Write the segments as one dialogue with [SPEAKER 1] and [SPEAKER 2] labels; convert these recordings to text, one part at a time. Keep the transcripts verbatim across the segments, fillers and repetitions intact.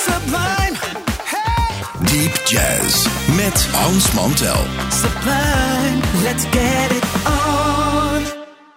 [SPEAKER 1] Sublime. Hey.
[SPEAKER 2] Deep Jazz met Hans Mantel.
[SPEAKER 1] Sublime, let's get it on.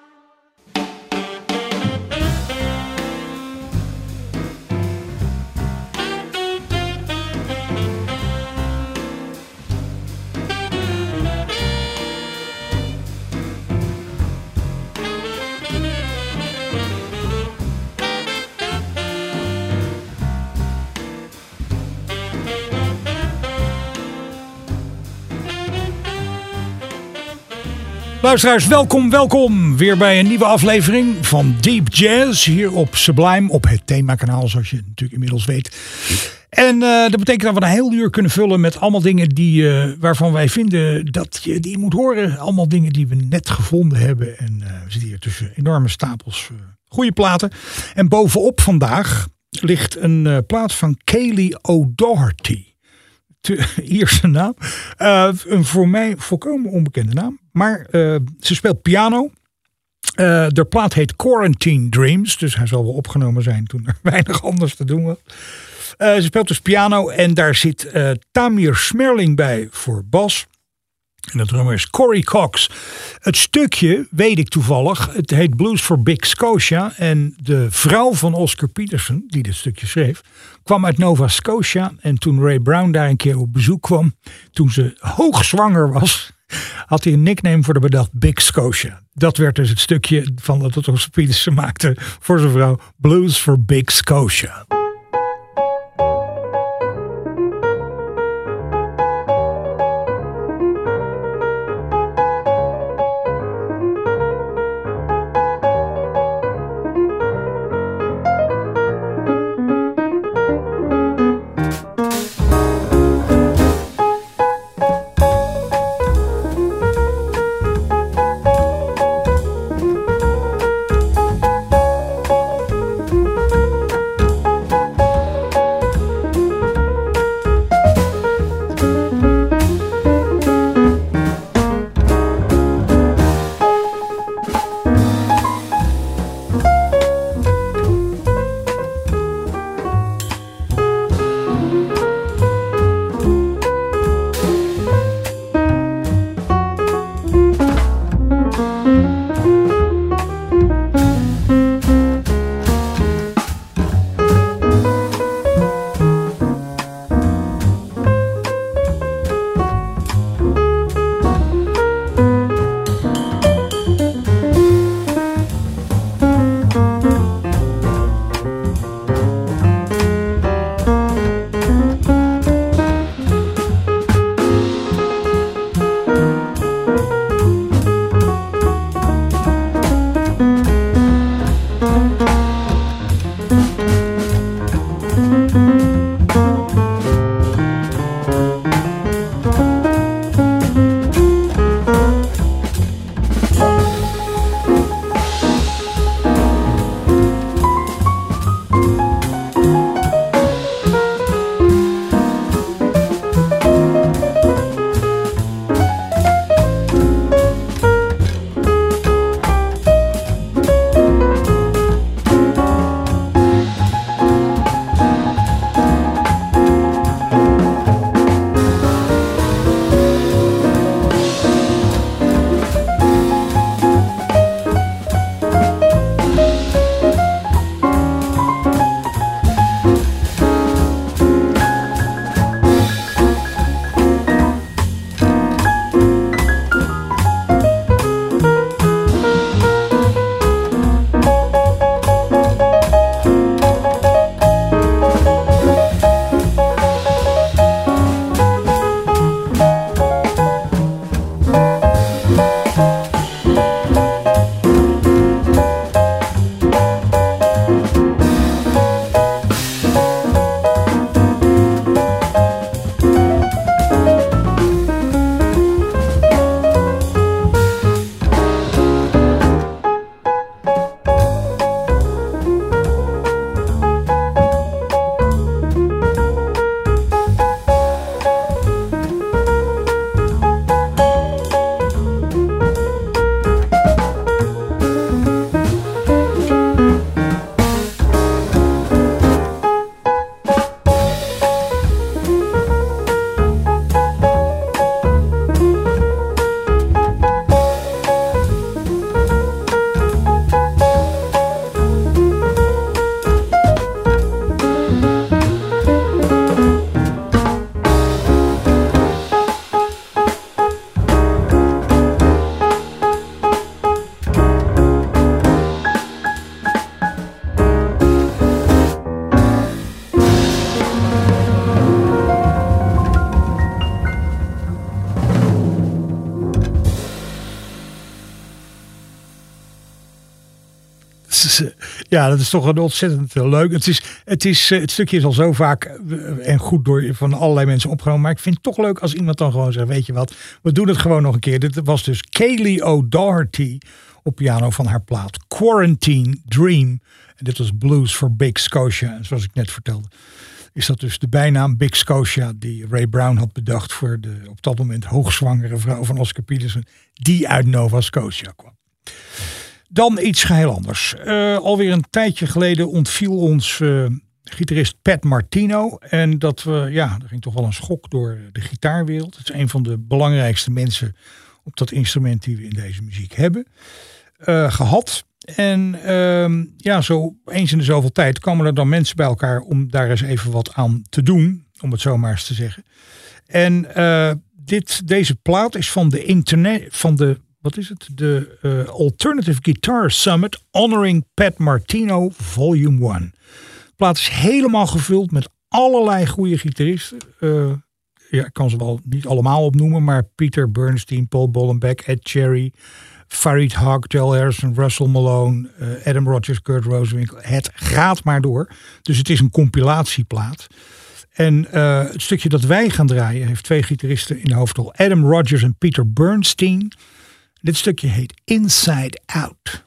[SPEAKER 3] Luisteraars, welkom, welkom. Weer bij een nieuwe aflevering van Deep Jazz hier op Sublime, op het themakanaal, zoals je natuurlijk inmiddels weet. En uh, dat betekent dat we een heel uur kunnen vullen met allemaal dingen die, uh, waarvan wij vinden dat je die moet horen. Allemaal dingen die we net gevonden hebben. En uh, we zitten hier tussen enorme stapels uh, goede platen. En bovenop vandaag ligt een uh, plaat van Kaylee O'Doherty. Ierse naam. Uh, een voor mij volkomen onbekende naam. Maar uh, ze speelt piano. Uh, de plaat heet Quarantine Dreams. Dus hij zal wel opgenomen zijn toen er weinig anders te doen was. Uh, ze speelt dus piano. En daar zit uh, Tamir Smerling bij voor bas. En de drummer is Corey Cox. Het stukje, weet ik toevallig, het heet Blues for Big Scotia. En de vrouw van Oscar Peterson, die dit stukje schreef, kwam uit Nova Scotia. En toen Ray Brown daar een keer op bezoek kwam, toen ze hoogzwanger was, had hij een nickname voor de bedacht, Big Scotia. Dat werd dus het stukje van dat Oscar Peterson maakte voor zijn vrouw, Blues for Big Scotia. Ja, dat is toch een ontzettend leuk. Het, is, het, is, het stukje is al zo vaak en goed door van allerlei mensen opgenomen. Maar ik vind het toch leuk als iemand dan gewoon zegt, weet je wat, we doen het gewoon nog een keer. Dit was dus Kaylee O'Doherty op piano van haar plaat Quarantine Dream. En dit was Blues for Big Scotia. En zoals ik net vertelde, is dat dus de bijnaam Big Scotia die Ray Brown had bedacht voor de op dat moment hoogzwangere vrouw van Oscar Peterson, die uit Nova Scotia kwam. Dan iets geheel anders. Uh, alweer een tijdje geleden ontviel ons uh, gitarist Pat Martino. En dat we, ja, er ging toch wel een schok door de gitaarwereld. Het is een van de belangrijkste mensen op dat instrument die we in deze muziek hebben uh, gehad. En uh, ja, zo eens in de zoveel tijd komen er dan mensen bij elkaar om daar eens even wat aan te doen. Om het zo maar eens te zeggen. En uh, dit, deze plaat is van de internet, van de Wat is het? De uh, Alternative Guitar Summit Honoring Pat Martino Volume één. De plaat is helemaal gevuld met allerlei goede gitaristen. Uh, ja, ik kan ze wel niet allemaal opnoemen, maar Peter Bernstein, Paul Bollenbeck, Ed Cherry, Farid Haq, Joel Harrison, Russell Malone, uh, Adam Rogers, Kurt Rosenwinkel. Het gaat maar door. Dus het is een compilatieplaat. En uh, het stukje dat wij gaan draaien heeft twee gitaristen in de hoofdrol. Adam Rogers en Peter Bernstein. Dit stukje heet Inside Out.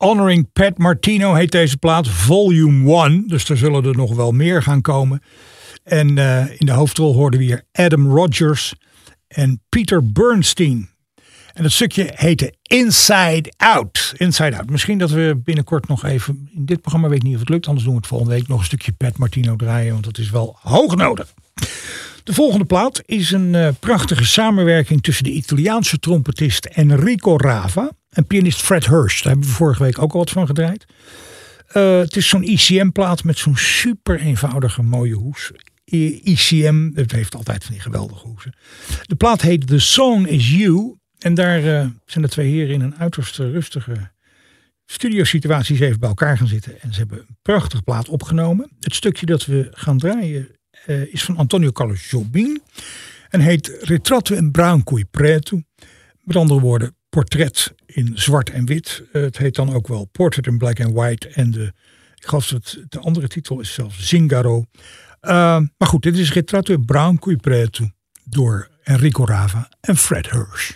[SPEAKER 3] Honoring Pat Martino heet deze plaat. Volume één. Dus er zullen er nog wel meer gaan komen. En uh, in de hoofdrol hoorden we hier Adam Rogers en Peter Bernstein. En het stukje heette Inside Out. Inside Out. Misschien dat we binnenkort nog even, in dit programma weet ik niet of het lukt. Anders doen we het volgende week nog een stukje Pat Martino draaien. Want dat is wel hoog nodig. De volgende plaat is een uh, prachtige samenwerking tussen de Italiaanse trompetist Enrico Rava en pianist Fred Hirsch. Daar hebben we vorige week ook al wat van gedraaid. Uh, het is zo'n I C M-plaat met zo'n super eenvoudige mooie hoes. I C M, het heeft altijd van die geweldige hoesen. De plaat heet The Song Is You. En daar uh, zijn de twee heren in een uiterst rustige studiosituatie even bij elkaar gaan zitten. En ze hebben een prachtige plaat opgenomen. Het stukje dat we gaan draaien uh, is van Antonio Carlos Jobim. En heet Ritratto in Branco e Preto. Met andere woorden, portret in zwart en wit. Uh, het heet dan ook wel Portrait in Black and White. En de, ik geloof dat de andere titel is zelfs Zingaro. Uh, maar goed, dit is Ritratto in Branco e Preto door Enrico Rava en Fred Hirsch.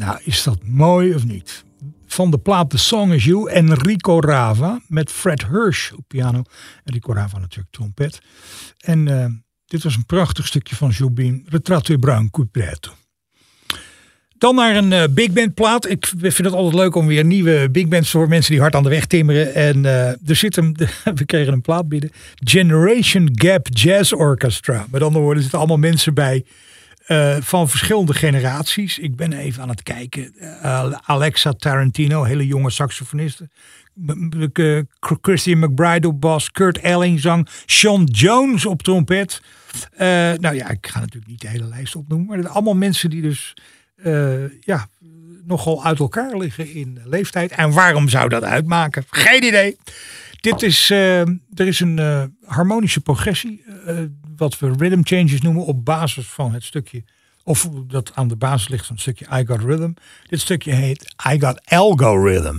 [SPEAKER 3] Nou, is dat mooi of niet? Van de plaat The Song Is You, Enrico Rava met Fred Hirsch op piano. Enrico Rava natuurlijk trompet. En uh, dit was een prachtig stukje van Jobim, Retrato in Branco Preto. Dan naar een uh, big band plaat. Ik vind het altijd leuk om weer nieuwe big bands voor mensen die hard aan de weg timmeren. En uh, er zit een, we kregen een plaat binnen. Generation Gap Jazz Orchestra. Met andere woorden, er zitten allemaal mensen bij uh, van verschillende generaties. Ik ben even aan het kijken. Uh, Alexa Tarantino, hele jonge saxofoniste. Uh, Christian McBride op bas. Kurt Elling zang. Sean Jones op trompet. Uh, nou ja, ik ga natuurlijk niet de hele lijst opnoemen. Maar het zijn allemaal mensen die dus Uh, ja, nogal uit elkaar liggen in leeftijd. En waarom zou dat uitmaken? Geen idee. Dit is, uh, er is een uh, harmonische progressie, uh, wat we rhythm changes noemen, op basis van het stukje, of dat aan de basis ligt van het stukje I Got Rhythm. Dit stukje heet I Got Algorithm.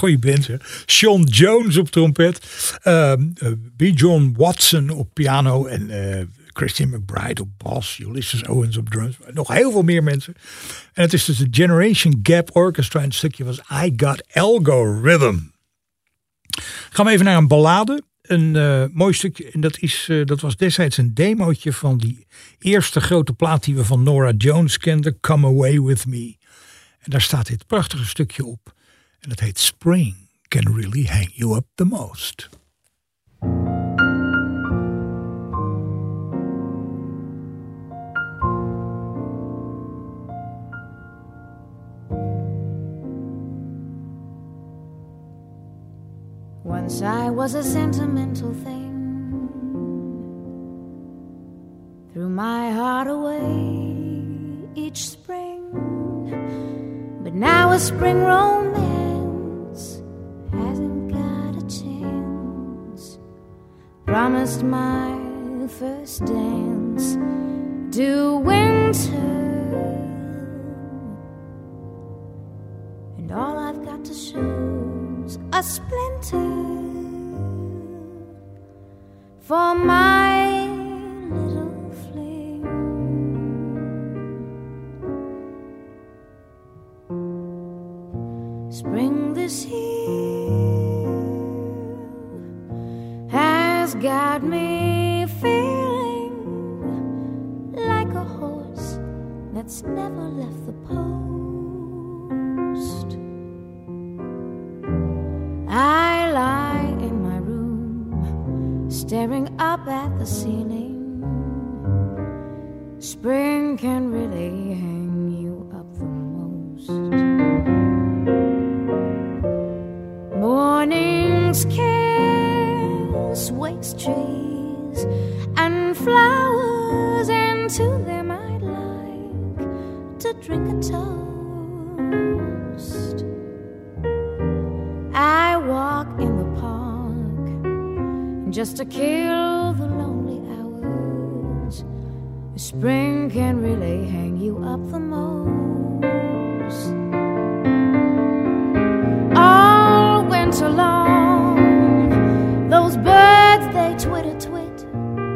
[SPEAKER 3] goede band. Hè? Sean Jones op trompet. Uh, uh, B. John Watson op piano. En uh, Christine McBride op bas. Ulysses Owens op drums. Nog heel veel meer mensen. En het is dus de Generation Gap Orchestra. En het stukje was I Got Algorithm. Gaan we even naar een ballade. Een uh, mooi stukje. En dat, is, uh, dat was destijds een demootje van die eerste grote plaat die we van Norah Jones kenden. Come Away With Me. En daar staat dit prachtige stukje op. En dat heet Spring Can Really Hang You Up The Most.
[SPEAKER 4] Once I was a sentimental thing, threw my heart away each spring, but now a spring romance hasn't got a chance. Promised my first dance to winter, and all I've got to show's a splinter for my little fling. Spring this year has got me feeling like a horse that's never left the post. I lie in my room, staring up at the ceiling. Spring can really hang you up the most. Morning's kiss wakes trees and flowers, and to them I'd like to drink a toast. I walk in the park just to kill the lonely hours. Spring can really hang you up the most. All winter long, those birds, they twitter twit.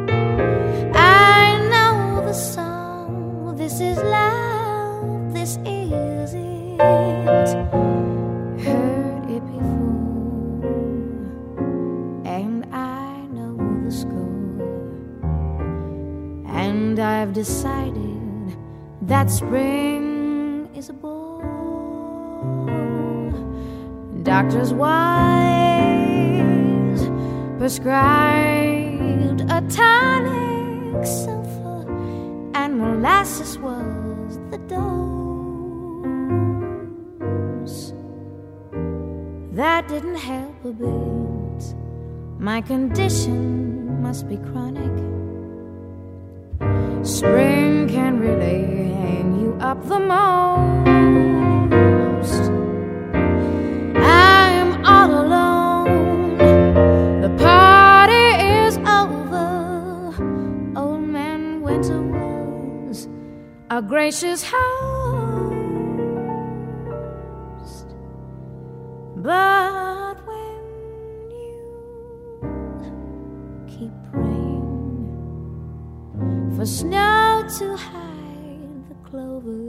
[SPEAKER 4] I know the song, this is love, this is it. Heard it before, and I know the score. And I've decided that spring is a bore. Doctors' wives prescribed a tonic, sulfur and molasses was the dose. That didn't help a bit. My condition must be chronic. Spring can really hang you up the most. I'm all alone. The party is over. Old man Winter was a gracious host. But when you keep praying for snow to hide the clover,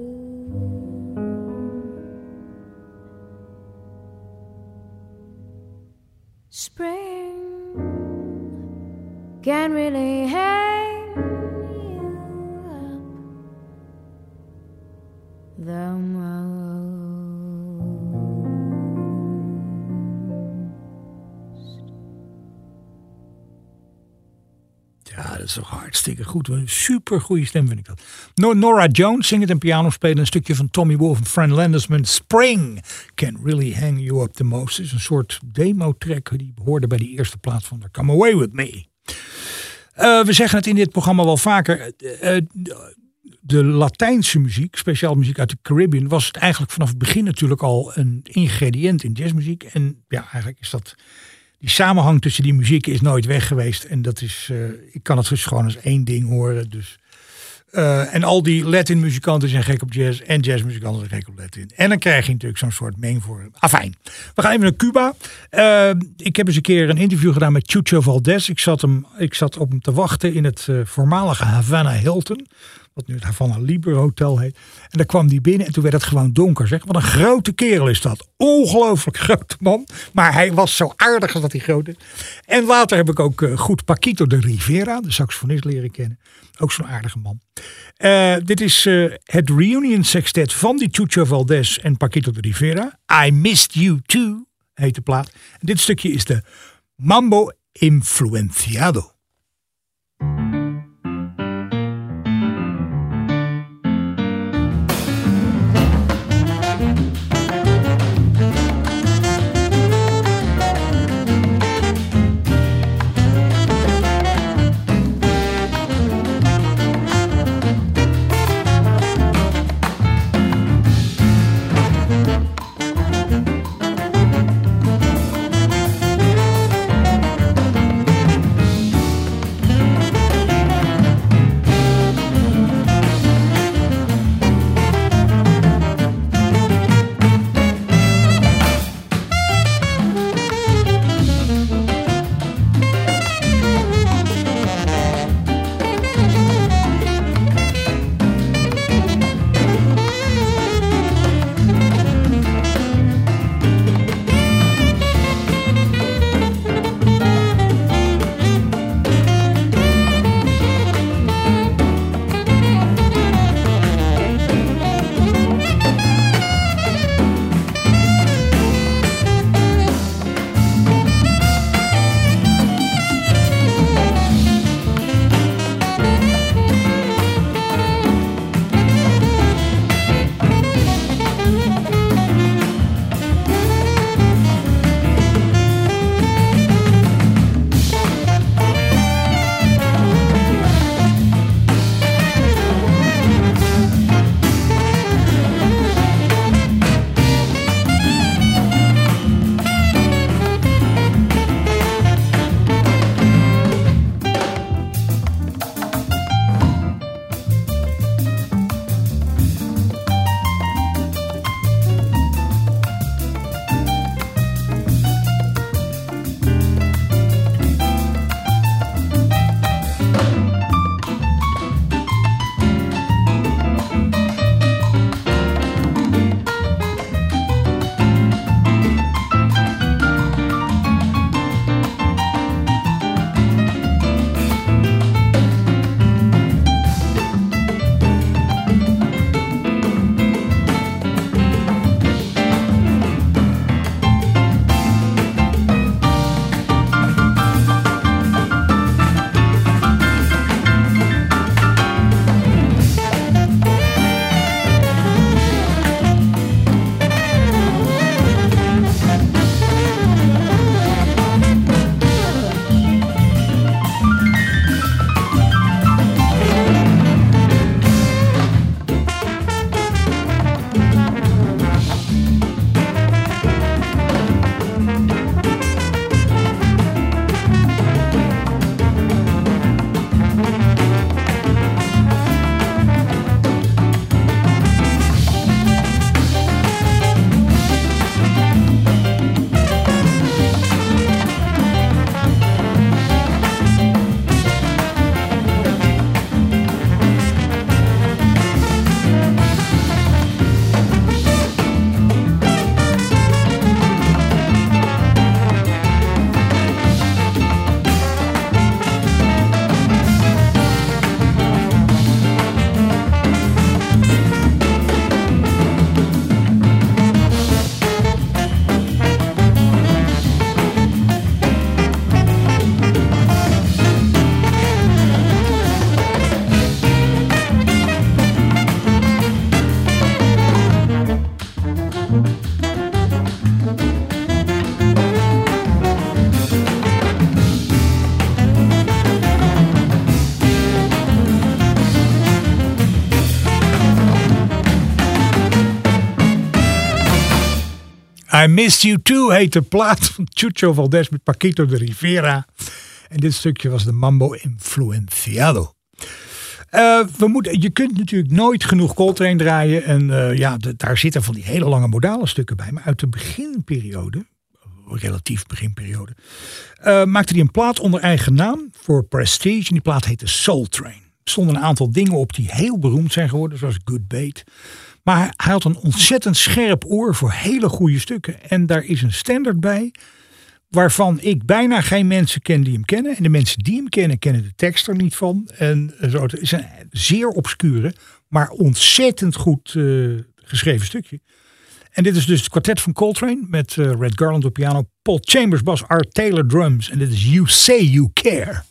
[SPEAKER 4] spring can really hang you up the most.
[SPEAKER 3] Ja, dat is toch hartstikke goed. Een super goede stem vind ik dat. Norah Jones zingt en piano spelen een stukje van Tommy Wolf en Fran Landesman. Spring Can Really Hang You Up The Most. Het is een soort demo-track die hoorde bij die eerste plaat van The Come Away With Me. Uh, we zeggen het in dit programma wel vaker. Uh, de Latijnse muziek, speciaal muziek uit de Caribbean, was het eigenlijk vanaf het begin natuurlijk al een ingrediënt in jazzmuziek. En ja, eigenlijk is dat... Die samenhang tussen die muziek is nooit weg geweest. En dat is, uh, ik kan het dus gewoon als één ding horen. Dus Uh, en al die Latin muzikanten zijn gek op jazz. En jazzmuzikanten zijn gek op Latin. En dan krijg je natuurlijk zo'n soort mengvorm. Afijn. We gaan even naar Cuba. Uh, ik heb eens een keer een interview gedaan met Chucho Valdés. Ik zat, hem, ik zat op hem te wachten in het uh, voormalige Havana Hilton. Wat nu het Havana Libre Hotel heet. En daar kwam die binnen en toen werd het gewoon donker. Zeg. Wat een grote kerel is dat. Ongelooflijk grote man. Maar hij was zo aardig als dat hij groot is. En later heb ik ook uh, goed Paquito de Rivera, de saxofonist, leren kennen. Ook zo'n aardige man. Uh, dit is uh, het reunion sextet van die Chucho Valdés en Paquito de Rivera. I Missed You Too heet de plaat. En dit stukje is de Mambo Influenciado. I Missed You Too heet de plaat van Chucho Valdés met Paquito de Rivera. En dit stukje was de Mambo Influenciado. Uh, we moeten, je kunt natuurlijk nooit genoeg Coltrane draaien. En uh, ja, de, daar zitten van die hele lange modale stukken bij. Maar uit de beginperiode, relatief beginperiode, uh, maakte hij een plaat onder eigen naam voor Prestige. En die plaat heette Soul Train. Er stonden een aantal dingen op die heel beroemd zijn geworden, zoals Good Bait. Maar hij had een ontzettend scherp oor voor hele goede stukken. En daar is een standaard bij, waarvan ik bijna geen mensen ken die hem kennen. En de mensen die hem kennen, kennen de tekst er niet van. En zo, het is een zeer obscure, maar ontzettend goed uh, geschreven stukje. En dit is dus het kwartet van Coltrane met uh, Red Garland op piano, Paul Chambers bas, Art Taylor drums. En dit is You Say You Care.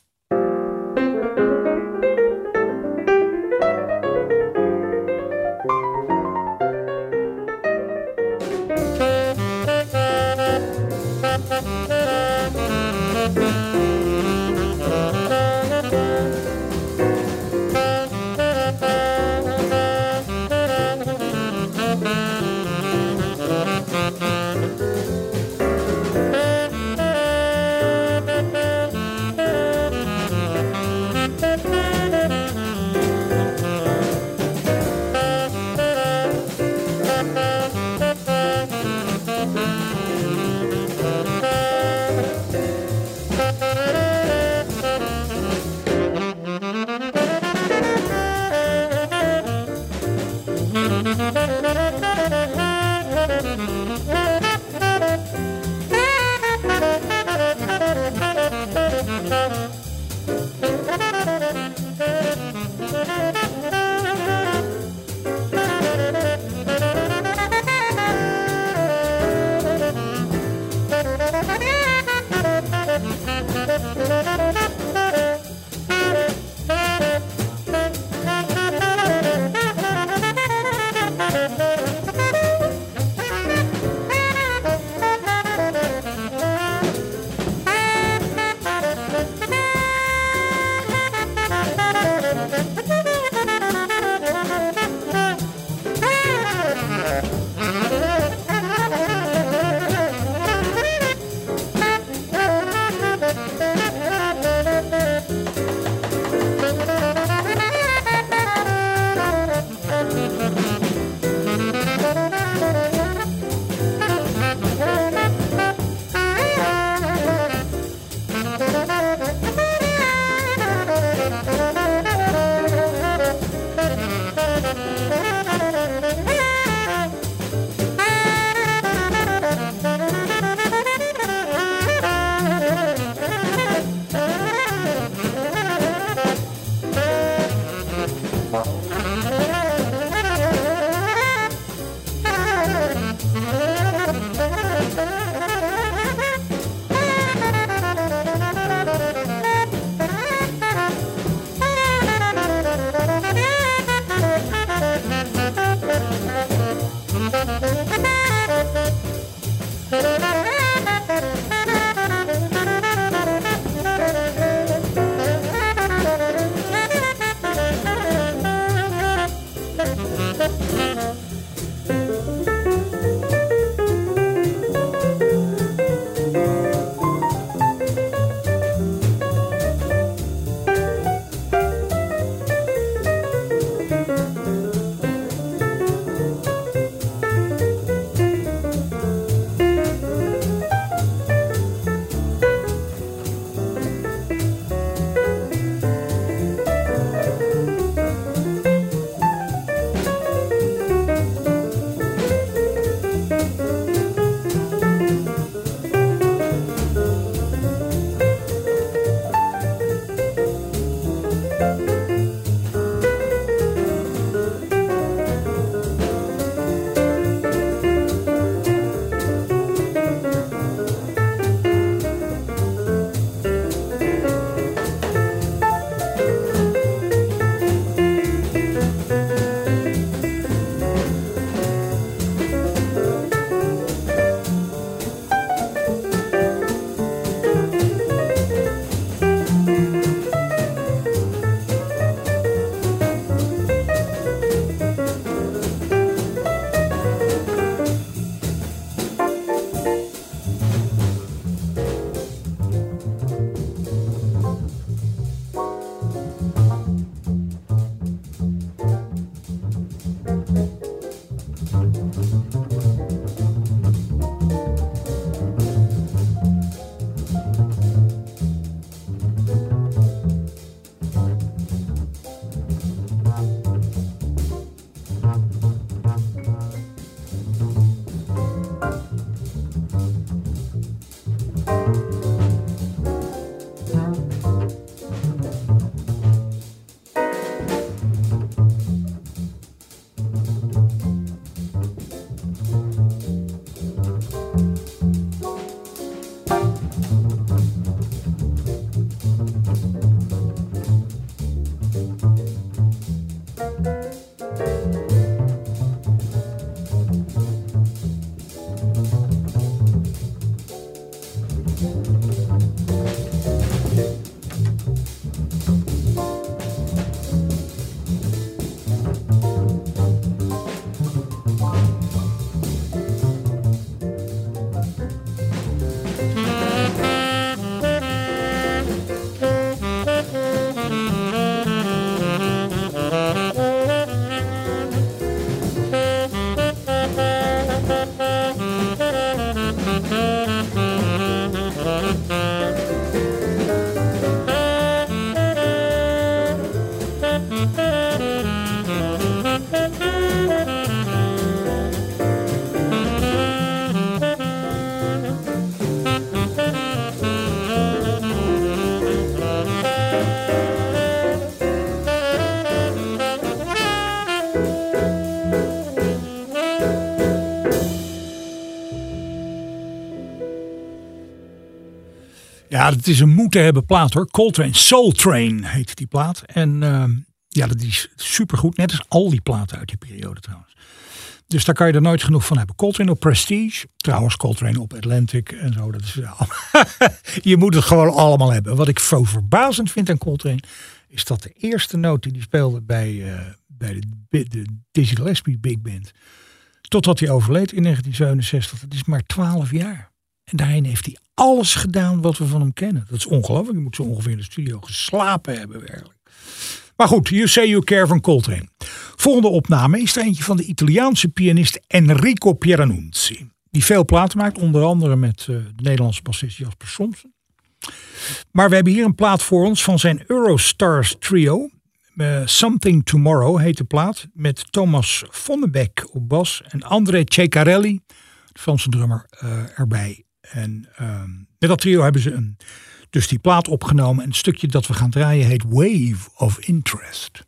[SPEAKER 3] Ja, het is een moeten hebben plaat hoor. Coltrane, Soul Train heet die plaat. En uh, ja, dat is supergoed. Net als al die platen uit die periode trouwens. Dus daar kan je er nooit genoeg van hebben. Coltrane op Prestige. Trouwens Coltrane op Atlantic en zo. Dat is wel. Je moet het gewoon allemaal hebben. Wat ik zo verbazend vind aan Coltrane is dat de eerste noot die hij speelde bij, uh, bij de, de Dizzy Gillespie Big Band. Totdat hij overleed in negentien zevenenzestig. Dat is maar twaalf jaar. En daarin heeft hij alles gedaan wat we van hem kennen. Dat is ongelooflijk. Je moet zo ongeveer in de studio geslapen hebben werkelijk. Maar goed, You Say You Care van Coltrane. Volgende opname is er eentje van de Italiaanse pianist Enrico Pieranunzi. Die veel platen maakt, onder andere met uh, de Nederlandse bassist Jasper Somsen. Maar we hebben hier een plaat voor ons van zijn Eurostars trio. Uh, Something Tomorrow heet de plaat. Met Thomas Vonnebeck op bas en André Ceccarelli, de Franse drummer, uh, erbij. En uh, met dat trio hebben ze een, dus die plaat opgenomen. En het stukje dat we gaan draaien heet Wave of Interest.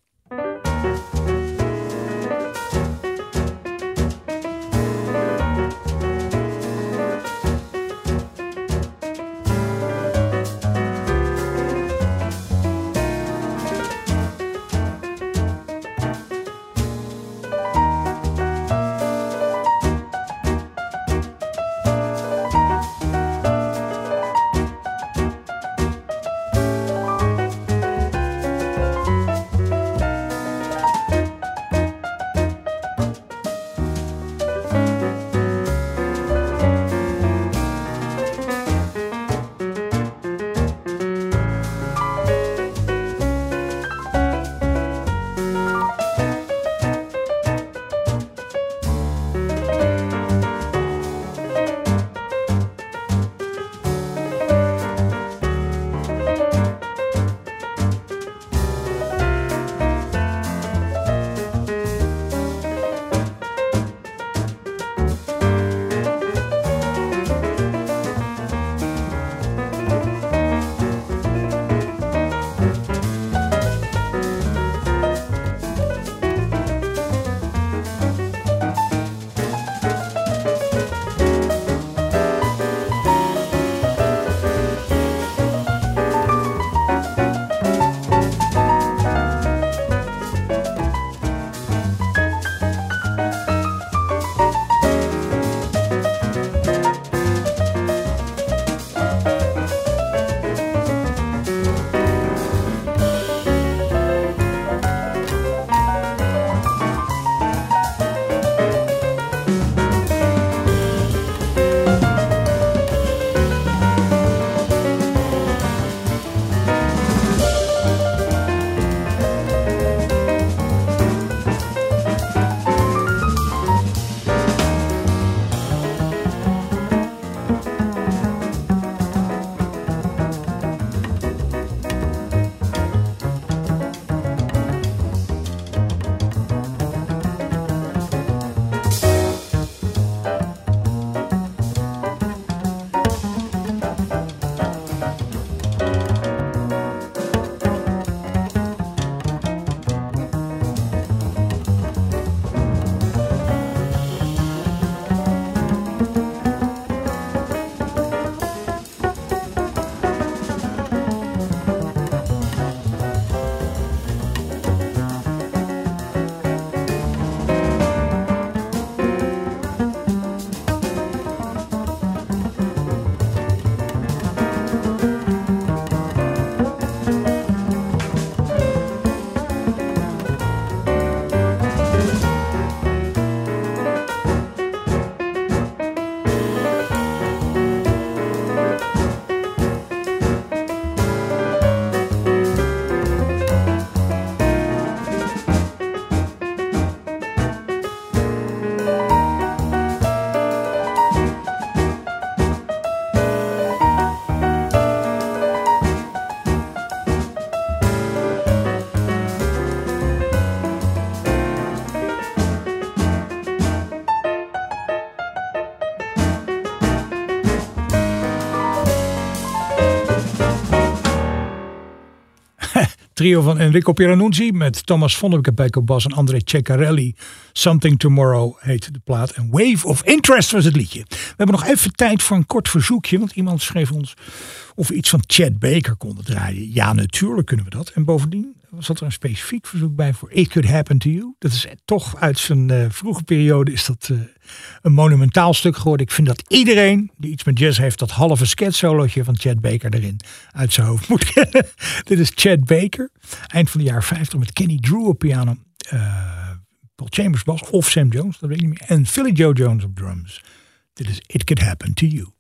[SPEAKER 3] trio van Enrico Pieranunzi met Thomas Vonnebeek op bas en André Ceccarelli. Something Tomorrow heet de plaat. En Wave of Interest was het liedje. We hebben nog even tijd voor een kort verzoekje. Want iemand schreef ons of we iets van Chet Baker konden draaien. Ja, natuurlijk kunnen we dat. En bovendien zat er een specifiek verzoek bij voor It Could Happen to You. Dat is toch uit zijn uh, vroege periode is dat uh, een monumentaal stuk geworden. Ik vind dat iedereen die iets met jazz heeft dat halve sketch-solootje van Chet Baker erin uit zijn hoofd moet kennen. Dit is Chet Baker. Eind van de jaren vijftig met Kenny Drew op piano. Uh, Paul Chambers bas of Sam Jones, dat weet ik niet meer. En Philly Joe Jones op drums. Dit is It Could Happen to You.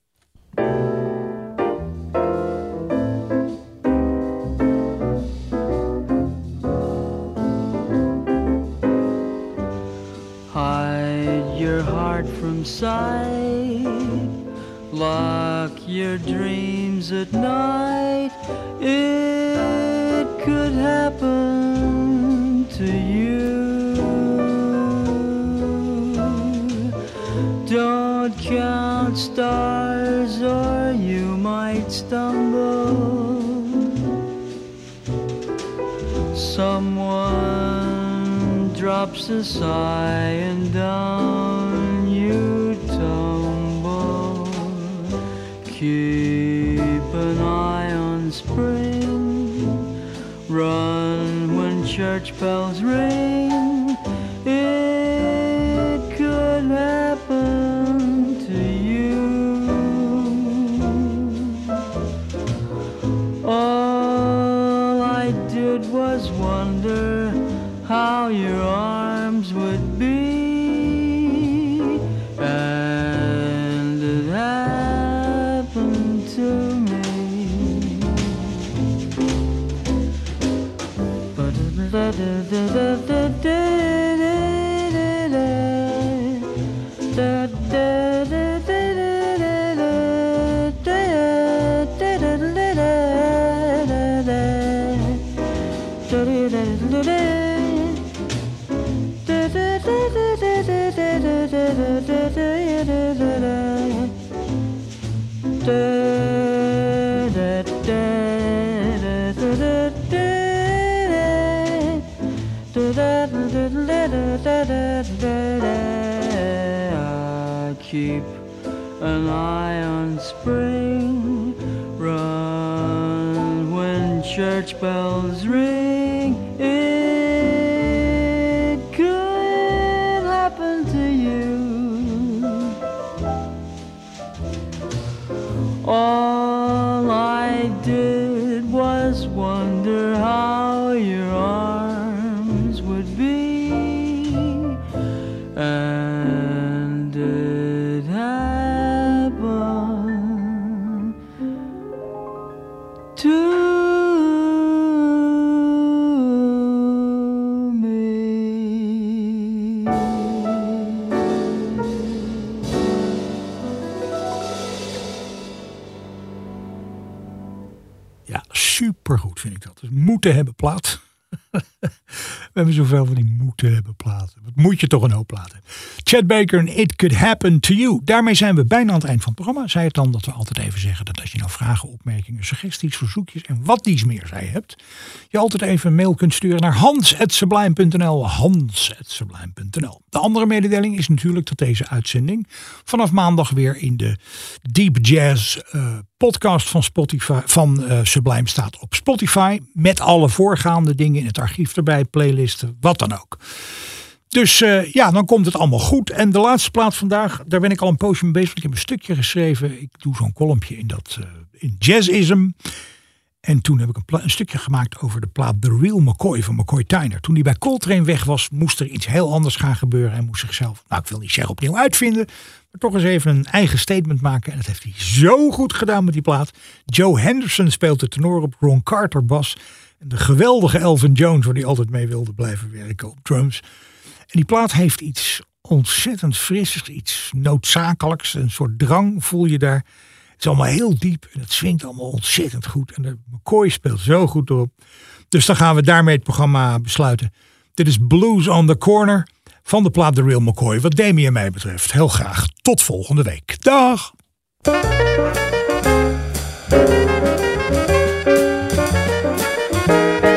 [SPEAKER 5] Hide your heart from sight, lock your dreams at night. It could happen to you. Don't count stars or you might stumble. Someone drops a sigh and down you tumble. Keep an eye on spring. Run when church bells ring. It could happen to you. All I did was wonder how your arms would be, and it happened to me. But da da da da da da da I keep an eye on spring. Run when church bells ring. It could happen to you. All I did was wonder how your arms would be, and it happened to me.
[SPEAKER 3] Ja, supergoed vind ik dat. Dus moeten hebben plaat. We hebben zoveel van die moeten hebben platen. Wat moet je toch een hoop platen hebben. Chet Baker en It Could Happen to You. Daarmee zijn we bijna aan het eind van het programma. Zei het dan dat we altijd even zeggen dat als je nou vragen, opmerkingen, suggesties, verzoekjes en wat dies meer zij hebt, je altijd even een mail kunt sturen naar hans at sublime punt n l. hans at sublime punt n l. De andere mededeling is natuurlijk dat deze uitzending vanaf maandag weer in de Deep Jazz uh, podcast van Spotify van uh, Sublime staat op Spotify. Met alle voorgaande dingen in het archief erbij, playlisten, wat dan ook. Dus uh, ja, dan komt het allemaal goed. En de laatste plaat vandaag, daar ben ik al een poosje mee bezig. Want ik heb een stukje geschreven. Ik doe zo'n kolompje in, dat, uh, in Jazzism. En toen heb ik een, pla- een stukje gemaakt over de plaat The Real McCoy van McCoy Tyner. Toen hij bij Coltrane weg was, moest er iets heel anders gaan gebeuren. Hij moest zichzelf, nou ik wil niet zeggen opnieuw uitvinden, maar toch eens even een eigen statement maken. En dat heeft hij zo goed gedaan met die plaat. Joe Henderson speelt de tenor op, Ron Carter bas. En de geweldige Elvin Jones, waar hij altijd mee wilde blijven werken, op drums. En die plaat heeft iets ontzettend frissigs, iets noodzakelijks. Een soort drang voel je daar. Het is allemaal heel diep en het swingt allemaal ontzettend goed. En de McCoy speelt zo goed erop. Dus dan gaan we daarmee het programma besluiten. Dit is Blues on the Corner van de plaat The Real McCoy. Wat Demi en mij betreft. Heel graag. Tot volgende week. Dag!
[SPEAKER 5] Thank you.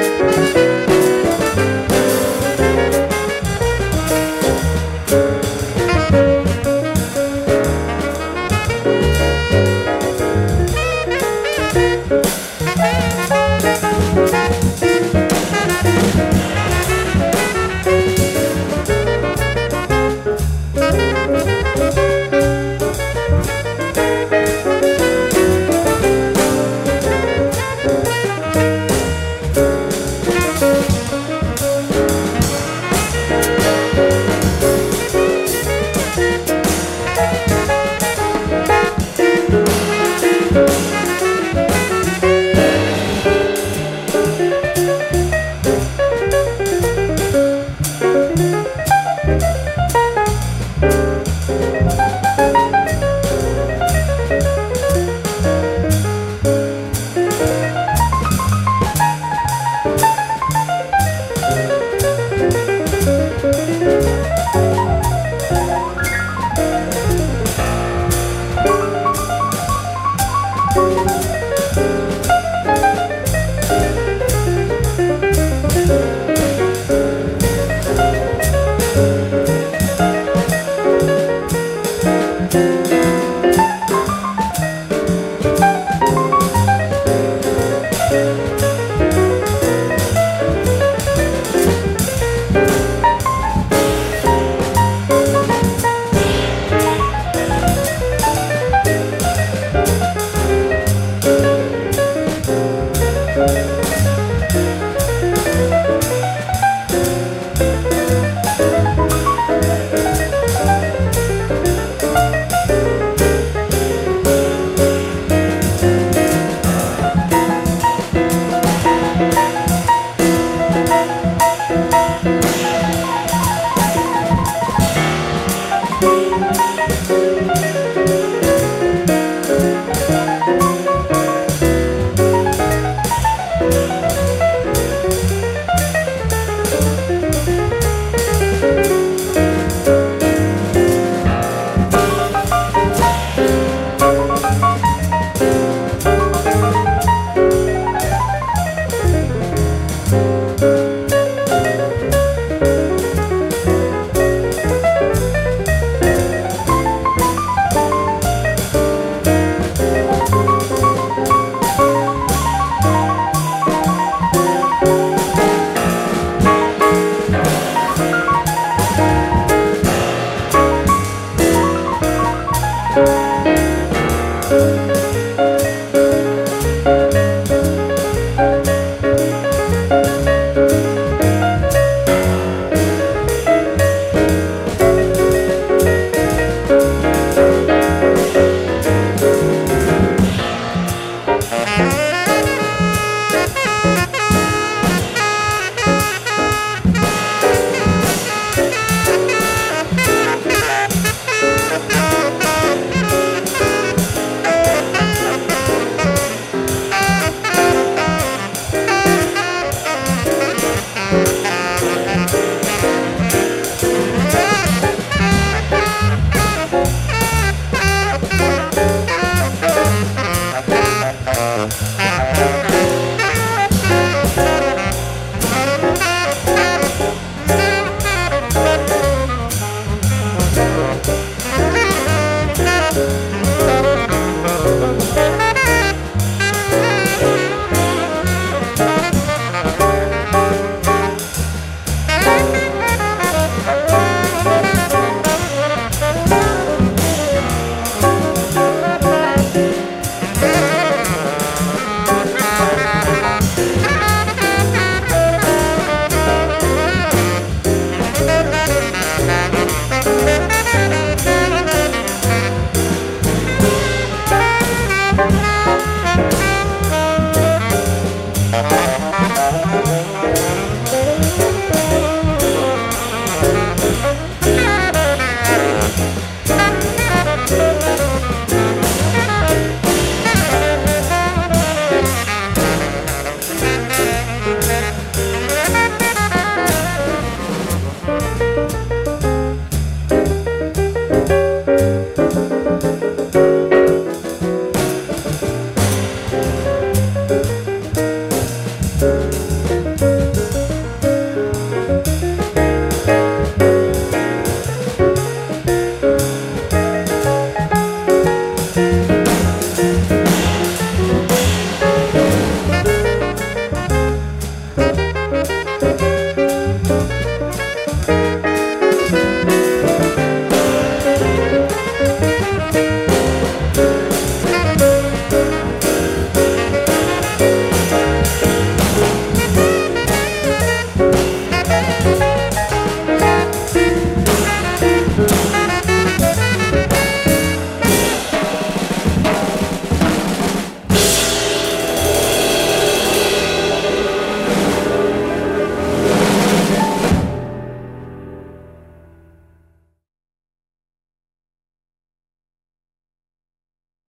[SPEAKER 6] Thank